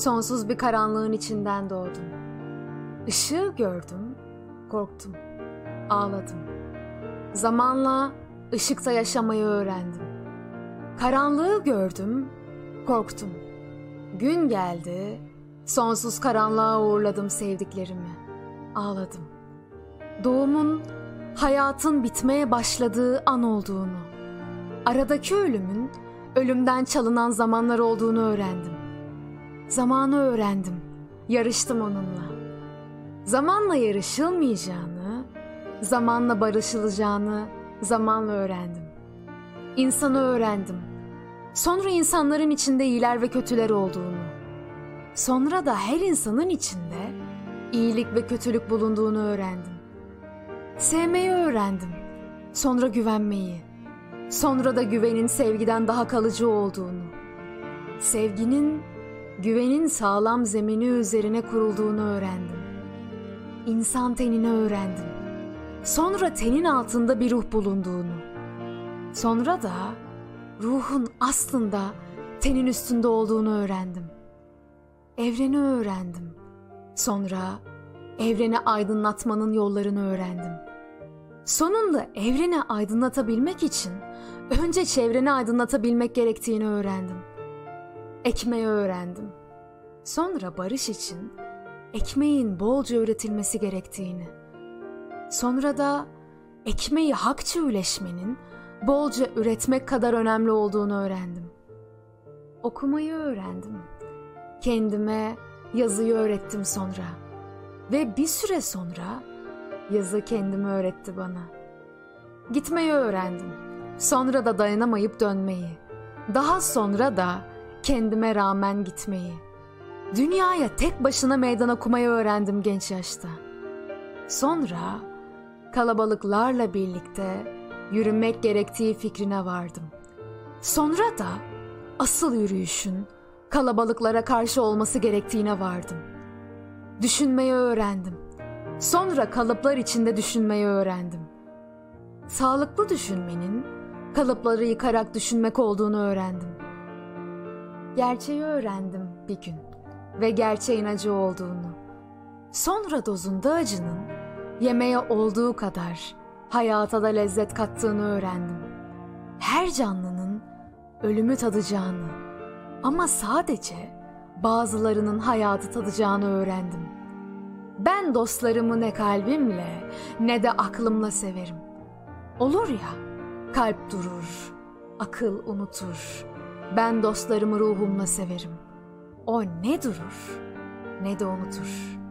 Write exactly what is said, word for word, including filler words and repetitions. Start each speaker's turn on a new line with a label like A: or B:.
A: Sonsuz bir karanlığın içinden doğdum. Işığı gördüm, korktum, ağladım. Zamanla ışıkta yaşamayı öğrendim. Karanlığı gördüm, korktum. Gün geldi, sonsuz karanlığa uğurladım sevdiklerimi. Ağladım. Doğumun, hayatın bitmeye başladığı an olduğunu, aradaki ölümün, ölümden çalınan zamanlar olduğunu öğrendim. Zamanı öğrendim, yarıştım onunla. Zamanla yarışılmayacağını, zamanla barışılacağını zamanla öğrendim. İnsanı öğrendim. Sonra insanların içinde iyiler ve kötüler olduğunu. Sonra da her insanın içinde iyilik ve kötülük bulunduğunu öğrendim. Sevmeyi öğrendim. Sonra güvenmeyi. Sonra da güvenin sevgiden daha kalıcı olduğunu. Sevginin, güvenin sağlam zemini üzerine kurulduğunu öğrendim. İnsan tenini öğrendim. Sonra tenin altında bir ruh bulunduğunu. Sonra da ruhun aslında tenin üstünde olduğunu öğrendim. Evreni öğrendim. Sonra evreni aydınlatmanın yollarını öğrendim. Sonunda evreni aydınlatabilmek için önce çevreni aydınlatabilmek gerektiğini öğrendim. Ekmeği öğrendim. Sonra barış için ekmeğin bolca üretilmesi gerektiğini. Sonra da ekmeği hakça üleşmenin bolca üretmek kadar önemli olduğunu öğrendim. Okumayı öğrendim. Kendime yazıyı öğrettim sonra. Ve bir süre sonra yazı kendimi öğretti bana. Gitmeyi öğrendim. Sonra da dayanamayıp dönmeyi. Daha sonra da kendime rağmen gitmeyi. Dünyaya tek başına meydan okumayı öğrendim genç yaşta. Sonra kalabalıklarla birlikte yürümek gerektiği fikrine vardım. Sonra da asıl yürüyüşün kalabalıklara karşı olması gerektiğine vardım. Düşünmeyi öğrendim. Sonra kalıplar içinde düşünmeyi öğrendim. Sağlıklı düşünmenin kalıpları yıkarak düşünmek olduğunu öğrendim. Gerçeği öğrendim bir gün ve gerçeğin acı olduğunu. Sonra dozunda acının yemeğe olduğu kadar hayata da lezzet kattığını öğrendim. Her canlının ölümü tadacağını ama sadece bazılarının hayatı tadacağını öğrendim. Ben dostlarımı ne kalbimle ne de aklımla severim. Olur ya, kalp durur, akıl unutur. Ben dostlarımı ruhumla severim. O ne durur ne de unutur.